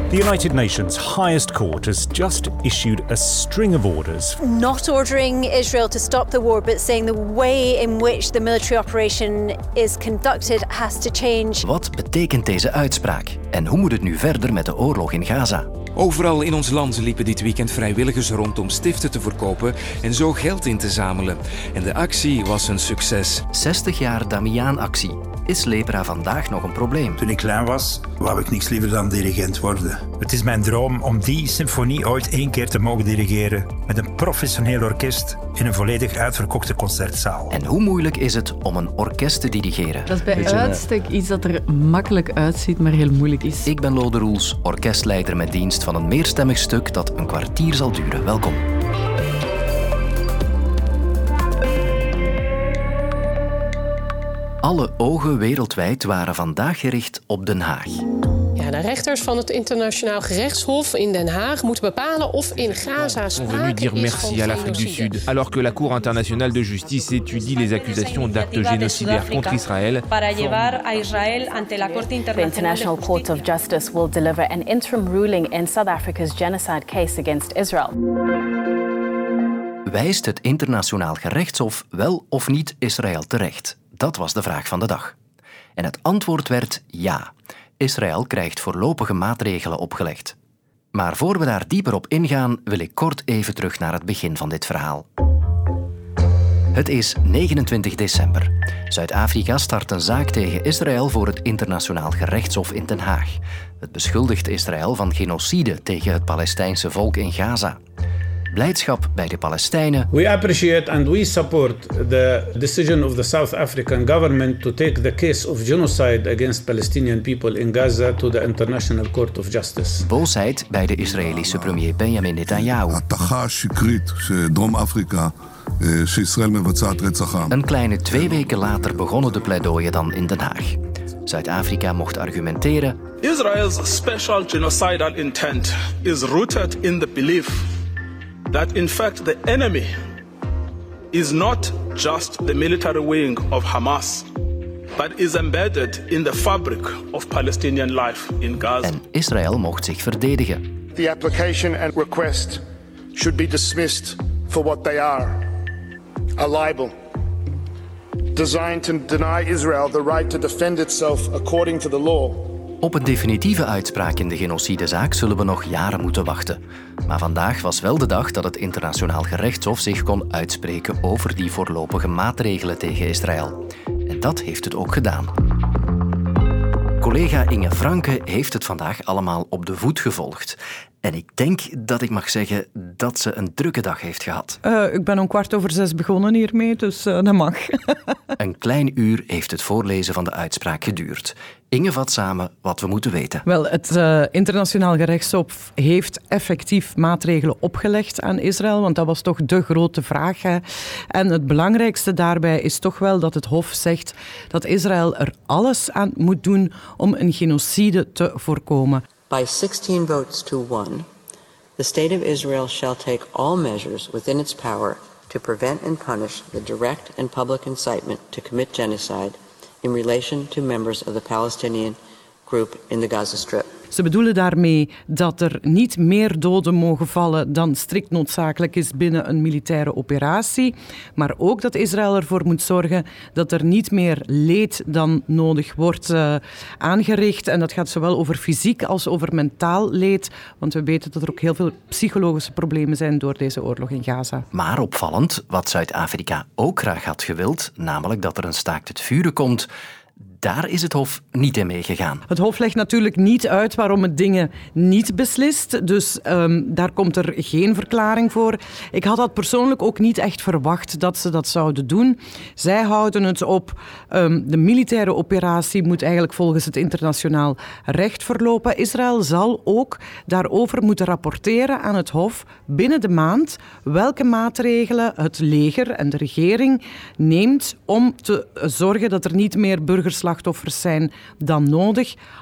The United Nations highest court has just issued a string of orders. Not ordering Israel to stop the war, but saying the way in which the military operation is conducted has to change. Wat betekent deze uitspraak? En hoe moet het nu verder met de oorlog in Gaza? Overal in ons land liepen dit weekend vrijwilligers rond om stiften te verkopen en zo geld in te zamelen. En de actie was een succes. 60 jaar Damiaan-actie. Is lepra vandaag nog een probleem? Toen ik klein was, wou ik niks liever dan dirigent worden. Het is mijn droom om die symfonie ooit 1 keer te mogen dirigeren met een professioneel orkest in een volledig uitverkochte concertzaal. En hoe moeilijk is het om een orkest te dirigeren? Dat is bij uitstek iets dat er makkelijk uitziet, maar heel moeilijk is. Ik ben Lode Roels, orkestleider met dienst van een meerstemmig stuk dat een kwartier zal duren. Welkom. Alle ogen wereldwijd waren vandaag gericht op Den Haag. Ja, de rechters van het Internationaal Gerechtshof in Den Haag moeten bepalen of in Gaza sprake is van genocide. Alors que la Cour internationale de justice étudie les accusations d'actes génocidaires contre Israël. The International Court of Justice will deliver an interim ruling in South Africa's genocide case against Israel. Wijst het Internationaal Gerechtshof wel of niet Israël terecht? Dat was de vraag van de dag. En het antwoord werd ja. Israël krijgt voorlopige maatregelen opgelegd. Maar voor we daar dieper op ingaan, wil ik kort even terug naar het begin van dit verhaal. Het is 29 december. Zuid-Afrika start een zaak tegen Israël voor het Internationaal Gerechtshof in Den Haag. Het beschuldigt Israël van genocide tegen het Palestijnse volk in Gaza. Blijdschap bij de Palestijnen. We appreciate and we support the decision of the South African government to take the case of genocide against Palestinian people in Gaza to the International Court of Justice. Boosheid bij de Israëlische premier Benjamin Netanyahu. Een kleine 2 weken later begonnen de pleidooien dan in Den Haag. Zuid-Afrika mocht argumenteren. Israel's special genocidal intent is rooted in the belief that in fact the enemy is not just the military wing of Hamas, but is embedded in the fabric of Palestinian life in Gaza. En Israël mocht zich verdedigen. The application and request should be dismissed for what they are, a libel designed to deny Israel the right to defend itself according to the law. Op een definitieve uitspraak in de genocidezaak zullen we nog jaren moeten wachten. Maar vandaag was wel de dag dat het Internationaal Gerechtshof zich kon uitspreken over die voorlopige maatregelen tegen Israël. En dat heeft het ook gedaan. Collega Inge Franke heeft het vandaag allemaal op de voet gevolgd. En ik denk dat ik mag zeggen dat ze een drukke dag heeft gehad. Ik ben om 5:15 begonnen hiermee, dus dat mag. Een klein uur heeft het voorlezen van de uitspraak geduurd. Inge vat samen wat we moeten weten. Wel, het Internationaal Gerechtshof heeft effectief maatregelen opgelegd aan Israël, want dat was toch de grote vraag. Hè. En het belangrijkste daarbij is toch wel dat het Hof zegt dat Israël er alles aan moet doen om een genocide te voorkomen. By 16 votes to 1, the State of Israel shall take all measures within its power to prevent and punish the direct and public incitement to commit genocide in relation to members of the Palestinian group in the Gaza Strip. Ze bedoelen daarmee dat er niet meer doden mogen vallen dan strikt noodzakelijk is binnen een militaire operatie, maar ook dat Israël ervoor moet zorgen dat er niet meer leed dan nodig wordt aangericht. En dat gaat zowel over fysiek als over mentaal leed, want we weten dat er ook heel veel psychologische problemen zijn door deze oorlog in Gaza. Maar opvallend, wat Zuid-Afrika ook graag had gewild, namelijk dat er een staakt het vuren komt. Daar is het Hof niet in meegegaan. Het Hof legt natuurlijk niet uit waarom het dingen niet beslist. Dus daar komt er geen verklaring voor. Ik had dat persoonlijk ook niet echt verwacht dat ze dat zouden doen. Zij houden het op. De militaire operatie moet eigenlijk volgens het internationaal recht verlopen. Israël zal ook daarover moeten rapporteren aan het Hof binnen de maand welke maatregelen het leger en de regering neemt om te zorgen dat er niet meer burgerslachtoffers zijn dan nodig.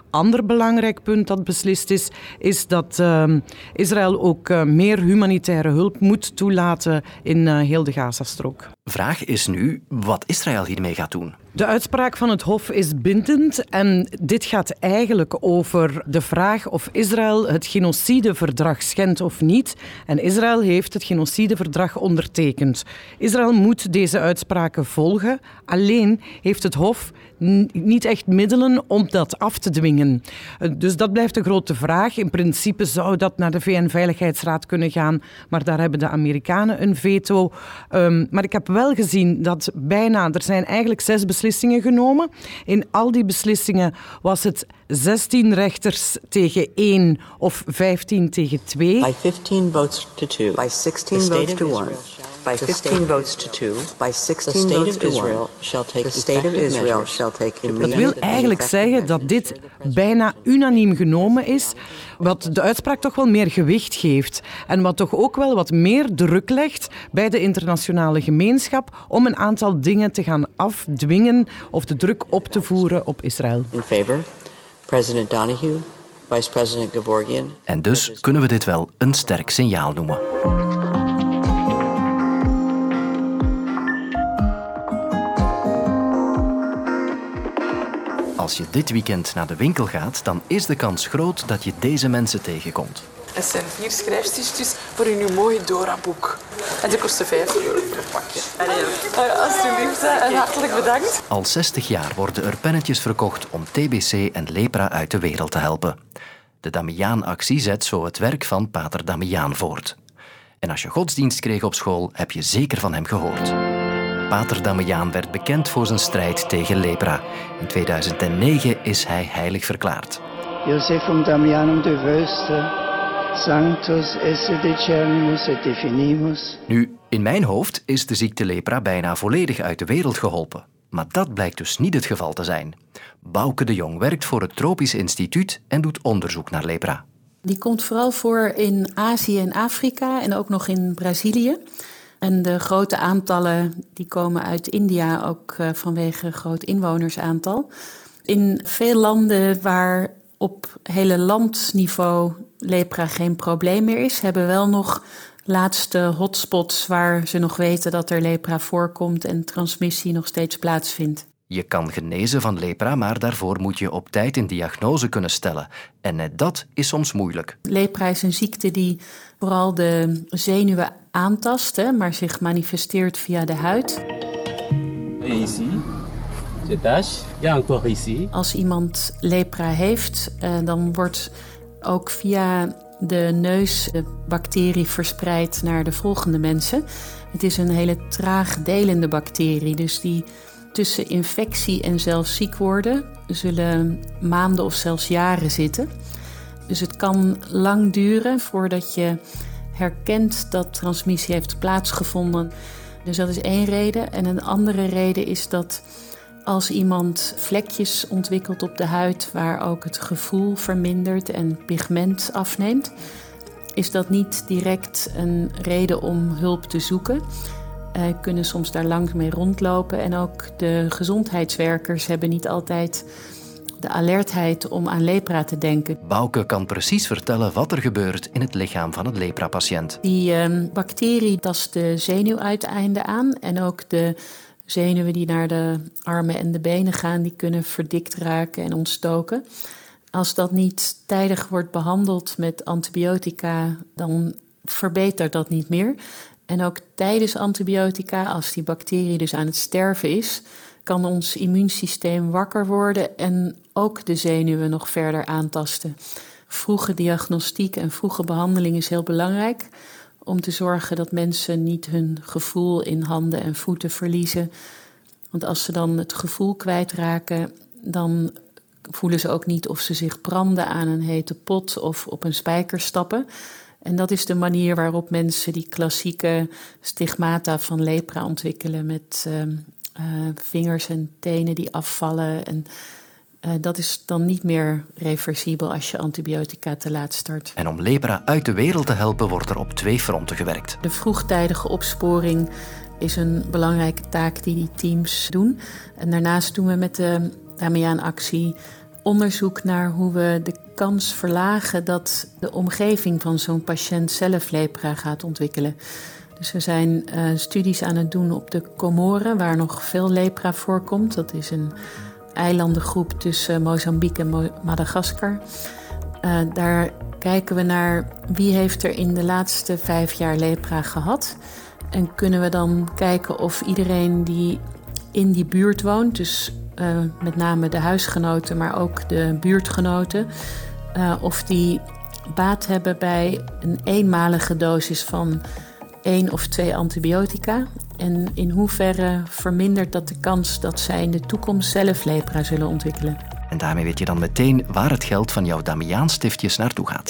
Ander belangrijk punt dat beslist is dat Israël ook meer humanitaire hulp moet toelaten in heel de Gazastrook. Vraag is nu wat Israël hiermee gaat doen. De uitspraak van het Hof is bindend en dit gaat eigenlijk over de vraag of Israël het genocideverdrag schendt of niet. En Israël heeft het genocideverdrag ondertekend. Israël moet deze uitspraken volgen, alleen heeft het Hof niet echt middelen om dat af te dwingen. Dus dat blijft een grote vraag. In principe zou dat naar de VN-veiligheidsraad kunnen gaan, maar daar hebben de Amerikanen een veto. Maar ik heb wel gezien dat er zijn eigenlijk 6 beslissingen genomen. In al die beslissingen was het 16 rechters tegen 1 of 15 tegen 2. By 15 votes to 2. By 16 votes to 1. By 15 votes to 2. By 16 votes to 1. The state of Israel shall take immediate. Dat wil eigenlijk zeggen dat dit bijna unaniem genomen is, wat de uitspraak toch wel meer gewicht geeft en wat toch ook wel wat meer druk legt bij de internationale gemeenschap om een aantal dingen te gaan afdwingen of de druk op te voeren op Israël. In favor, President Donahue, Vice President Gevorgian. En dus kunnen we dit wel een sterk signaal noemen. Als je dit weekend naar de winkel gaat, dan is de kans groot dat je deze mensen tegenkomt. Het zijn 4 schrijfstichetjes voor in uw mooie Dora-boek. En die kosten €5 per pakje. Alsjeblieft, en hartelijk bedankt. Al 60 jaar worden er pennetjes verkocht om TBC en lepra uit de wereld te helpen. De Damiaan-actie zet zo het werk van pater Damiaan voort. En als je godsdienst kreeg op school, heb je zeker van hem gehoord. Pater Damiaan werd bekend voor zijn strijd tegen lepra. In 2009 is hij heilig verklaard. Josephum Damianum de Veuster, Sanctus esse decernimus et definimus. Nu, in mijn hoofd is de ziekte lepra bijna volledig uit de wereld geholpen. Maar dat blijkt dus niet het geval te zijn. Bouke de Jong werkt voor het Tropisch Instituut en doet onderzoek naar lepra. Die komt vooral voor in Azië en Afrika en ook nog in Brazilië. En de grote aantallen die komen uit India, ook vanwege een groot inwonersaantal. In veel landen waar op hele landsniveau lepra geen probleem meer is, hebben wel nog laatste hotspots waar ze nog weten dat er lepra voorkomt en transmissie nog steeds plaatsvindt. Je kan genezen van lepra, maar daarvoor moet je op tijd een diagnose kunnen stellen. En net dat is soms moeilijk. Lepra is een ziekte die vooral de zenuwen aantast, maar zich manifesteert via de huid. Als iemand lepra heeft, dan wordt ook via de neus de bacterie verspreid naar de volgende mensen. Het is een hele traag delende bacterie, dus die tussen infectie en zelfs ziek worden zullen maanden of zelfs jaren zitten. Dus het kan lang duren voordat je herkent dat transmissie heeft plaatsgevonden. Dus dat is één reden. En een andere reden is dat als iemand vlekjes ontwikkelt op de huid waar ook het gevoel vermindert en pigment afneemt, is dat niet direct een reden om hulp te zoeken. Kunnen soms daar lang mee rondlopen. En ook de gezondheidswerkers hebben niet altijd de alertheid om aan lepra te denken. Bouke kan precies vertellen wat er gebeurt in het lichaam van het lepra-patiënt. Die bacterie tast de zenuwuiteinden aan en ook de zenuwen die naar de armen en de benen gaan, die kunnen verdikt raken en ontstoken. Als dat niet tijdig wordt behandeld met antibiotica, dan verbetert dat niet meer. En ook tijdens antibiotica, als die bacterie dus aan het sterven is, kan ons immuunsysteem wakker worden en ook de zenuwen nog verder aantasten. Vroege diagnostiek en vroege behandeling is heel belangrijk om te zorgen dat mensen niet hun gevoel in handen en voeten verliezen. Want als ze dan het gevoel kwijtraken, dan voelen ze ook niet of ze zich branden aan een hete pot of op een spijker stappen. En dat is de manier waarop mensen die klassieke stigmata van lepra ontwikkelen met vingers en tenen die afvallen. En dat is dan niet meer reversibel als je antibiotica te laat start. En om lepra uit de wereld te helpen wordt er op 2 fronten gewerkt. De vroegtijdige opsporing is een belangrijke taak die teams doen. En daarnaast doen we met de Damiaan-actie onderzoek naar hoe we de kans verlagen dat de omgeving van zo'n patiënt zelf lepra gaat ontwikkelen. Dus we zijn studies aan het doen op de Comoren, waar nog veel lepra voorkomt. Dat is een eilandengroep tussen Mozambique en Madagaskar. Daar kijken we naar wie heeft er in de laatste 5 jaar lepra gehad. En kunnen we dan kijken of iedereen die in die buurt woont, dus met name de huisgenoten, maar ook de buurtgenoten, of die baat hebben bij een eenmalige dosis van 1 of 2 antibiotica. En in hoeverre vermindert dat de kans dat zij in de toekomst zelf lepra zullen ontwikkelen. En daarmee weet je dan meteen waar het geld van jouw Damiaanstiftjes naartoe gaat.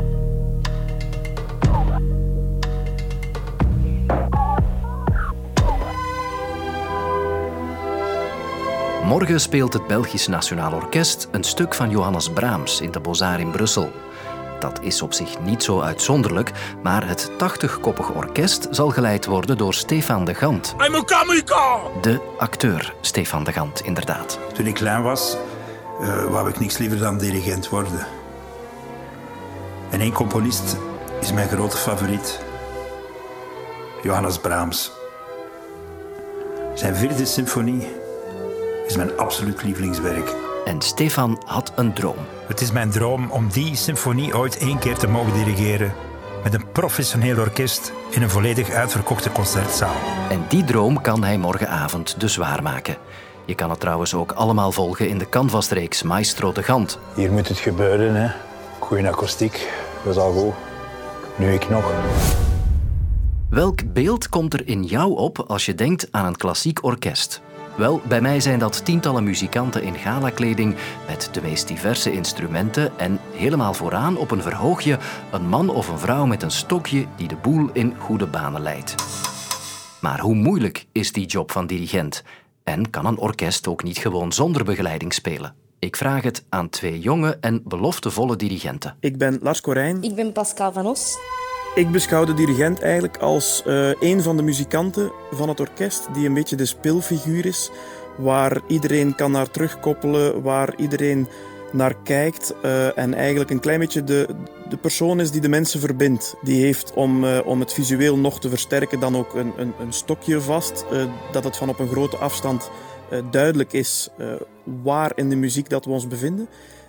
Morgen speelt het Belgisch Nationaal Orkest een stuk van Johannes Brahms in de Beaux-Arts in Brussel. Dat is op zich niet zo uitzonderlijk, maar het 80-koppig orkest zal geleid worden door Stefan de Gant. I'm a kamikaze! De acteur Stefan de Gant, inderdaad. Toen ik klein was, wou ik niks liever dan dirigent worden. En 1 componist is mijn grote favoriet. Johannes Brahms. Zijn 4e symfonie is mijn absoluut lievelingswerk. En Stefan had een droom. Het is mijn droom om die symfonie ooit 1 keer te mogen dirigeren. Met een professioneel orkest in een volledig uitverkochte concertzaal. En die droom kan hij morgenavond dus waarmaken. Je kan het trouwens ook allemaal volgen in de Canvas-reeks Maestro de Gant. Hier moet het gebeuren, hè. Goeie akoestiek, dat is al goed. Nu ik nog. Welk beeld komt er in jou op als je denkt aan een klassiek orkest? Wel, bij mij zijn dat tientallen muzikanten in galakleding met de meest diverse instrumenten en helemaal vooraan op een verhoogje een man of een vrouw met een stokje die de boel in goede banen leidt. Maar hoe moeilijk is die job van dirigent? En kan een orkest ook niet gewoon zonder begeleiding spelen? Ik vraag het aan 2 jonge en beloftevolle dirigenten. Ik ben Lars Corijn. Ik ben Pascal van Os. Ik beschouw de dirigent eigenlijk als een van de muzikanten van het orkest die een beetje de speelfiguur is, waar iedereen kan naar terugkoppelen, waar iedereen naar kijkt en eigenlijk een klein beetje de persoon is die de mensen verbindt. Die heeft om het visueel nog te versterken dan ook een stokje vast, dat het van op een grote afstand duidelijk is waar in de muziek dat we ons bevinden.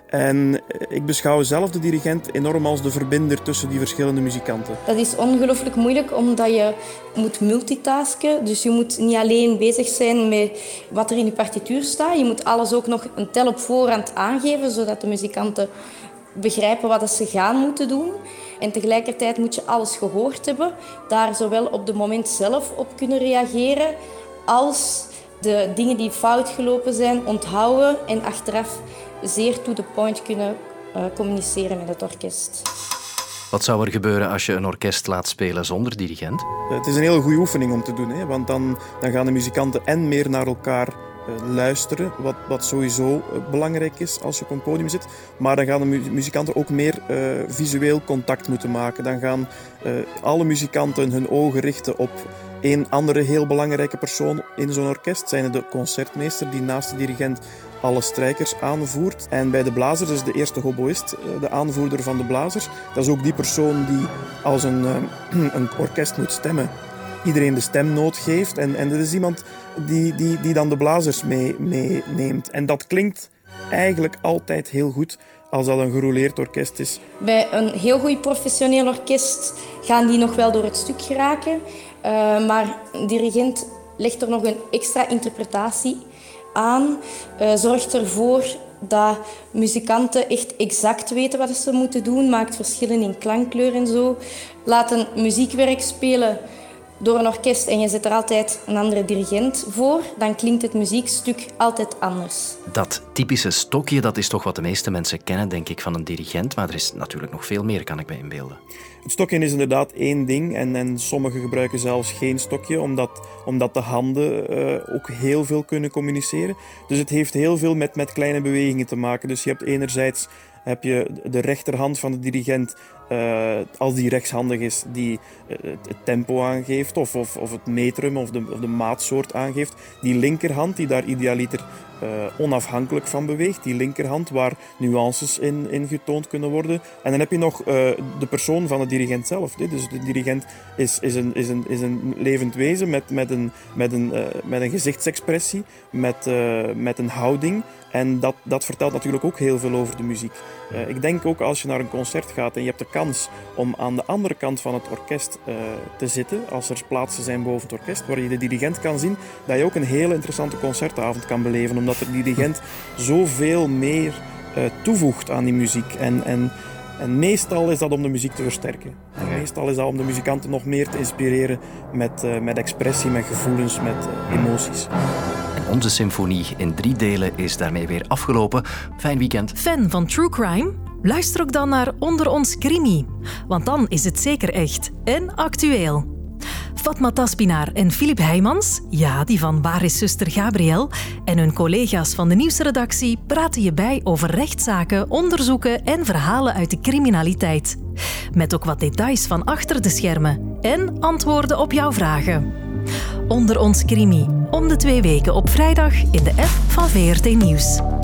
En ik beschouw zelf de dirigent enorm als de verbinder tussen die verschillende muzikanten. Dat is ongelooflijk moeilijk omdat je moet multitasken. Dus je moet niet alleen bezig zijn met wat er in je partituur staat. Je moet alles ook nog een tel op voorhand aangeven, zodat de muzikanten begrijpen wat ze gaan moeten doen. En tegelijkertijd moet je alles gehoord hebben. Daar zowel op het moment zelf op kunnen reageren, als de dingen die fout gelopen zijn onthouden en achteraf zeer to the point kunnen communiceren met het orkest. Wat zou er gebeuren als je een orkest laat spelen zonder dirigent? Het is een hele goede oefening om te doen, hè? Want dan gaan de muzikanten en meer naar elkaar luisteren, wat sowieso belangrijk is als je op een podium zit. Maar dan gaan de muzikanten ook meer visueel contact moeten maken. Dan gaan alle muzikanten hun ogen richten op een andere heel belangrijke persoon in zo'n orkest. Zijn de concertmeester die naast de dirigent alle strijkers aanvoert. En bij de blazers is de eerste hoboïst de aanvoerder van de blazers. Dat is ook die persoon die als een orkest moet stemmen, iedereen de stemnoot geeft. En dat is iemand die dan de blazers meeneemt. En dat klinkt eigenlijk altijd heel goed als dat een gerouleerd orkest is. Bij een heel goed professioneel orkest gaan die nog wel door het stuk geraken. Maar een dirigent legt er nog een extra interpretatie aan. Zorgt ervoor dat muzikanten echt exact weten wat ze moeten doen. Maakt verschillen in klankkleur en zo. Laat een muziekwerk spelen door een orkest en je zet er altijd een andere dirigent voor, dan klinkt het muziekstuk altijd anders. Dat typische stokje, dat is toch wat de meeste mensen kennen, denk ik, van een dirigent. Maar er is natuurlijk nog veel meer, kan ik me inbeelden. Het stokje is inderdaad één ding en sommigen gebruiken zelfs geen stokje, omdat de handen ook heel veel kunnen communiceren. Dus het heeft heel veel met kleine bewegingen te maken. Dus je hebt enerzijds de rechterhand van de dirigent als die rechtshandig is, die het tempo aangeeft of het metrum of de maatsoort aangeeft. Die linkerhand die daar idealiter onafhankelijk van beweegt. Die linkerhand waar nuances in getoond kunnen worden. En dan heb je nog de persoon van de dirigent zelf. Dus de dirigent is een levend wezen met een gezichtsexpressie, met een houding. En dat vertelt natuurlijk ook heel veel over de muziek. Ik denk ook als je naar een concert gaat en je hebt de kans om aan de andere kant van het orkest te zitten, als er plaatsen zijn boven het orkest, waar je de dirigent kan zien, dat je ook een hele interessante concertavond kan beleven, omdat de dirigent zoveel meer toevoegt aan die muziek. En meestal is dat om de muziek te versterken. En meestal is dat om de muzikanten nog meer te inspireren met expressie, met gevoelens, met emoties. Onze symfonie in 3 delen is daarmee weer afgelopen. Fijn weekend. Fan van True Crime? Luister ook dan naar Onder ons Crimi. Want dan is het zeker echt en actueel. Fatma Taspinaar en Filip Heijmans, ja, die van Waar is zuster Gabriel, en hun collega's van de nieuwsredactie praten je bij over rechtszaken, onderzoeken en verhalen uit de criminaliteit. Met ook wat details van achter de schermen en antwoorden op jouw vragen. Onder ons Crimi, om de 2 weken op vrijdag in de app van VRT Nieuws.